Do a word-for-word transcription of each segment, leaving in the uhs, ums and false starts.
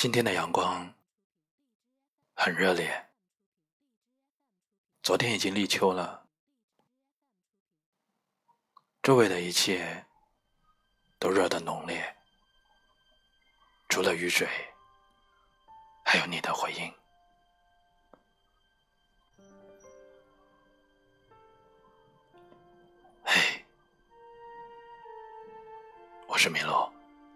今天的阳光很热烈，昨天已经立秋了，周围的一切都热得浓烈，除了雨水，还有你的回应。嘿，我是米洛。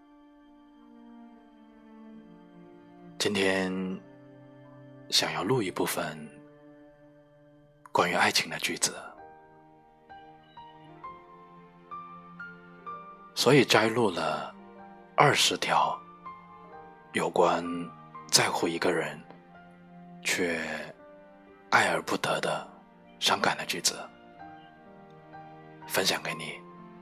今天想要录一部分关于爱情的句子，所以摘录了二十条有关在乎一个人却爱而不得的伤感的句子，分享给你。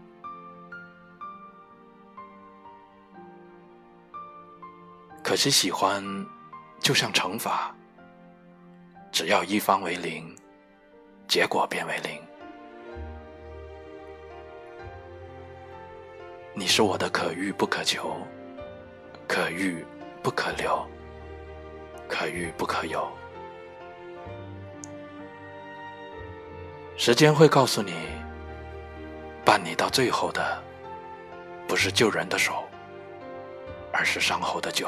可惜喜欢就像乘法，只要一方为零，结果便为零。你是我的可遇不可求，可遇不可留，可遇不可有。时间会告诉你，伴你到最后的不是救人的手，而是伤后的酒。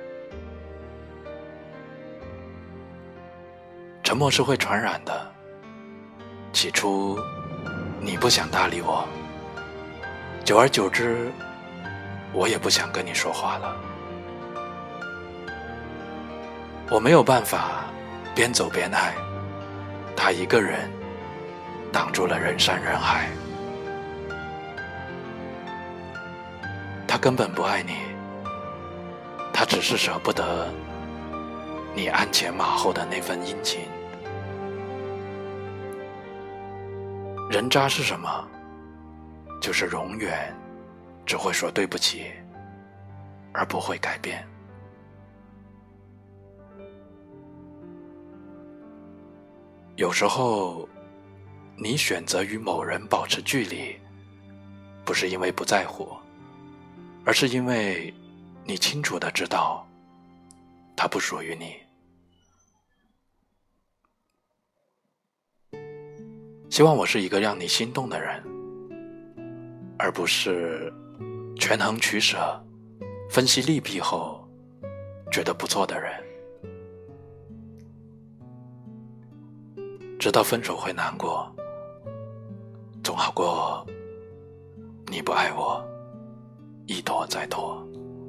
沉默是会传染的，起初你不想搭理我，久而久之我也不想跟你说话了。我没有办法边走边爱，他一个人挡住了人山人海。他根本不爱你，他只是舍不得你鞍前马后的那份殷勤。人渣是什么？就是永远只会说对不起，而不会改变。有时候你选择与某人保持距离，不是因为不在乎，而是因为你清楚地知道它不属于你。希望我是一个让你心动的人，而不是权衡取舍，分析利弊后觉得不错的人。知道分手会难过，总好过你不爱我，一拖再拖。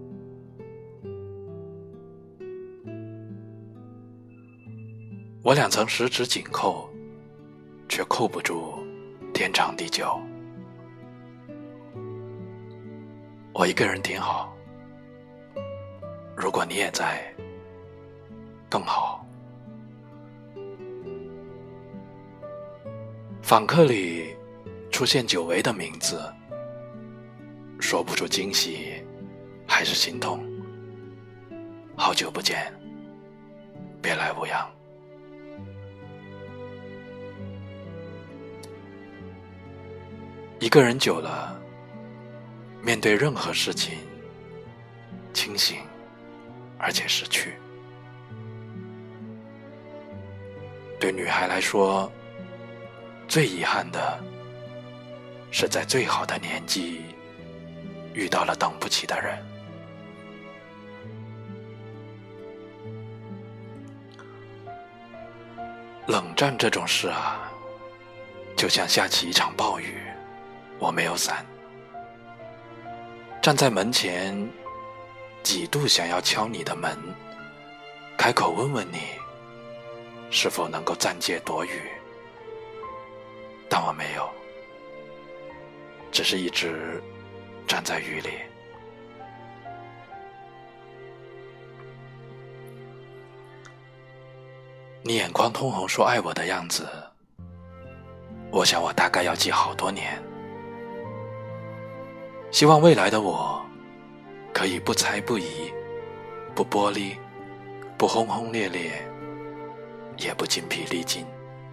我俩曾十指紧扣，却扣不住天长地久。我一个人挺好，如果你也在，更好。访客里出现久违的名字，说不出惊喜还是心痛。好久不见，别来无恙。一个人久了，面对任何事情清醒而且识趣。对女孩来说，最遗憾的是在最好的年纪遇到了等不起的人。冷战这种事啊，就像下起一场暴雨，我没有伞，站在门前，几度想要敲你的门，开口问问你是否能够暂借躲雨，但我没有，只是一直站在雨里。你眼眶通红说爱我的样子，我想我大概要记好多年。希望未来的我可以不猜不疑，不玻璃，不轰轰烈烈，也不精疲力尽。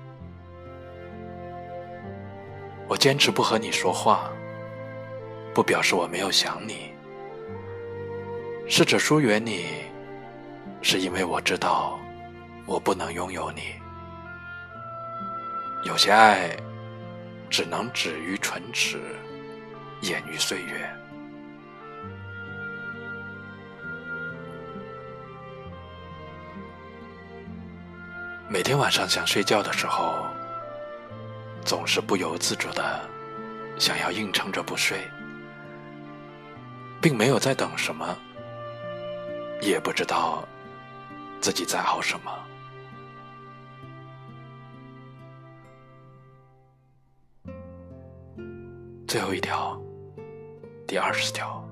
我坚持不和你说话，不表示我没有想你，试着疏远你， 是因为我知道我不能拥有你。有些爱只能止于唇齿，掩于岁月。每天晚上想睡觉的时候，总是不由自主的想要硬撑着不睡，并没有在等什么，也不知道自己在熬什么。最后一条，第二十条，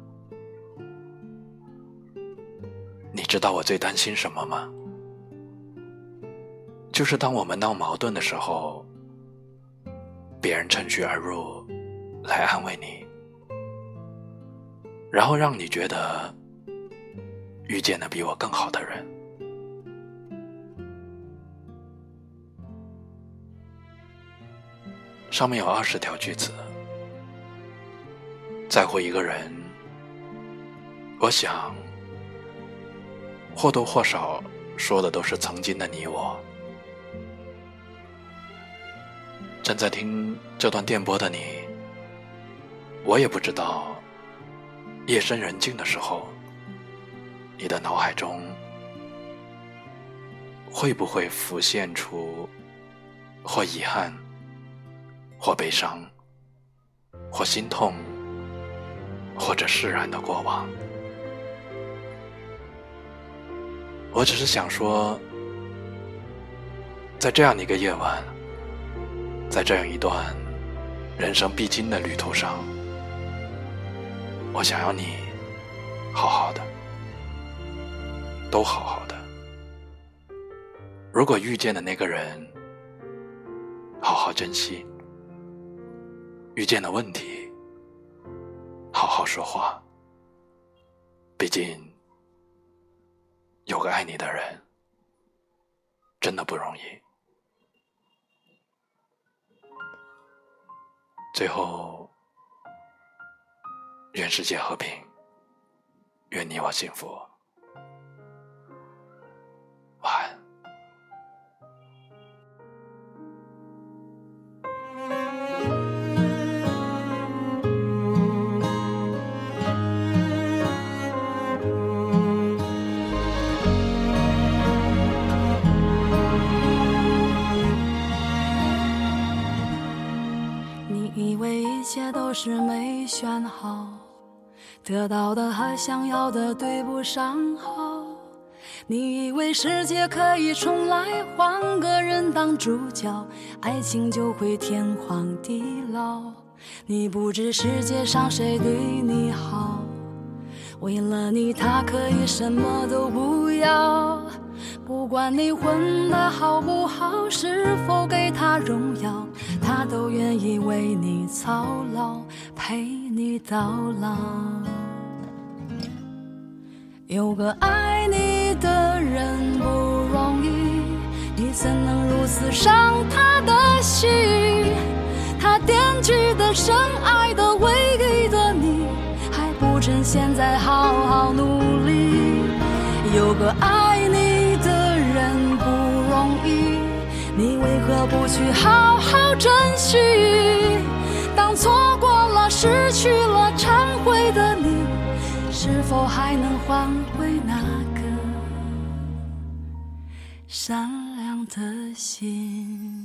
你知道我最担心什么吗？就是当我们闹矛盾的时候，别人趁虚而入来安慰你，然后让你觉得遇见了比我更好的人。上面有二十条句子。在乎一个人，我想或多或少说的都是曾经的你我。正在听这段电波的你，我也不知道夜深人静的时候，你的脑海中会不会浮现出或遗憾，或悲伤，或心痛，或者释然的过往。我只是想说，在这样的一个夜晚，在这样一段人生必经的旅途上，我想要你好好的，都好好的。如果遇见的那个人，好好珍惜；遇见了问题，好好说话。毕竟有个爱你的人真的不容易。最后，愿世界和平，愿你我幸福。晚安。 以为一切都是没选好，得到的和想要的对不上号。你以为世界可以重来，换个人当主角，爱情就会天荒地老。你不知世界上谁对你好，为了你他可以什么都不要。不管你混得好不好，是否给他荣耀，他都愿意为你操劳，陪你到老。有个爱你的人不容易，你怎能如此伤他的心？他惦记的深爱的唯一的你，还不趁现在好好努力。有个爱你的人不容易，你为何不去好好珍惜？当错过了失去了忏悔的你，是否还能换回那个善良的心？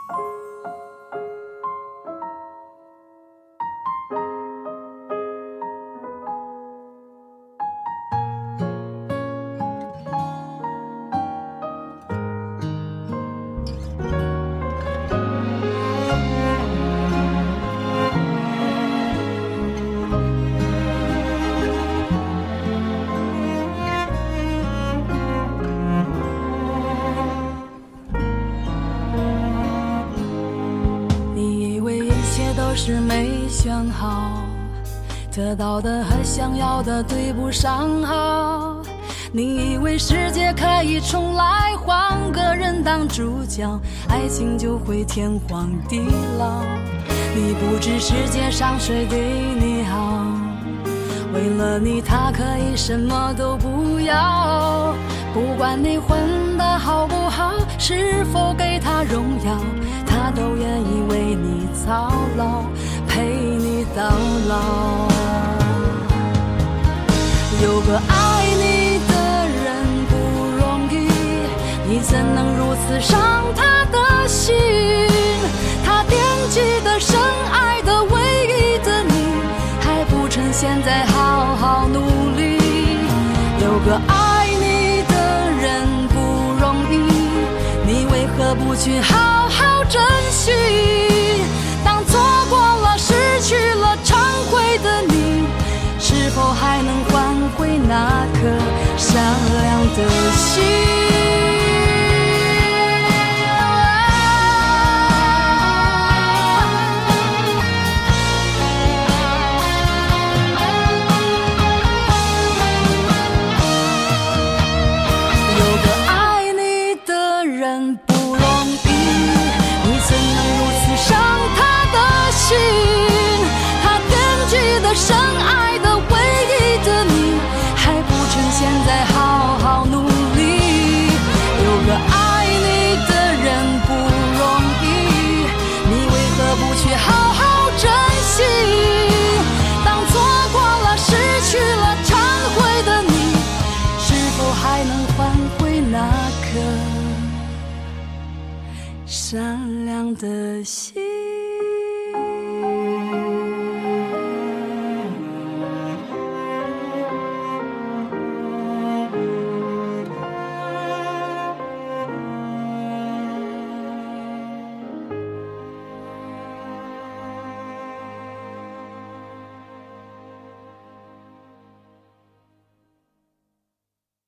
是没选好，得到的和想要的对不上号。你以为世界可以重来，换个人当主角，爱情就会天荒地老。你不知世界上谁对你好，为了你他可以什么都不要。 不管你混得好不好，是否给他荣耀，他都愿意为你操劳，陪你到老。有个爱你的人不容易，你怎能如此伤他的心？他惦记的深爱的唯一的你，还不趁现在好好努力。有个爱你的人不容易，你为何不去好好珍惜？当错过了失去了忏悔的你，是否还能换回那颗善良的心？深爱的唯一的你，还不趁现在好好努力。有个爱你的人不容易，你为何不去好好珍惜？当错过了失去了忏悔的你，是否还能换回那颗善良的心？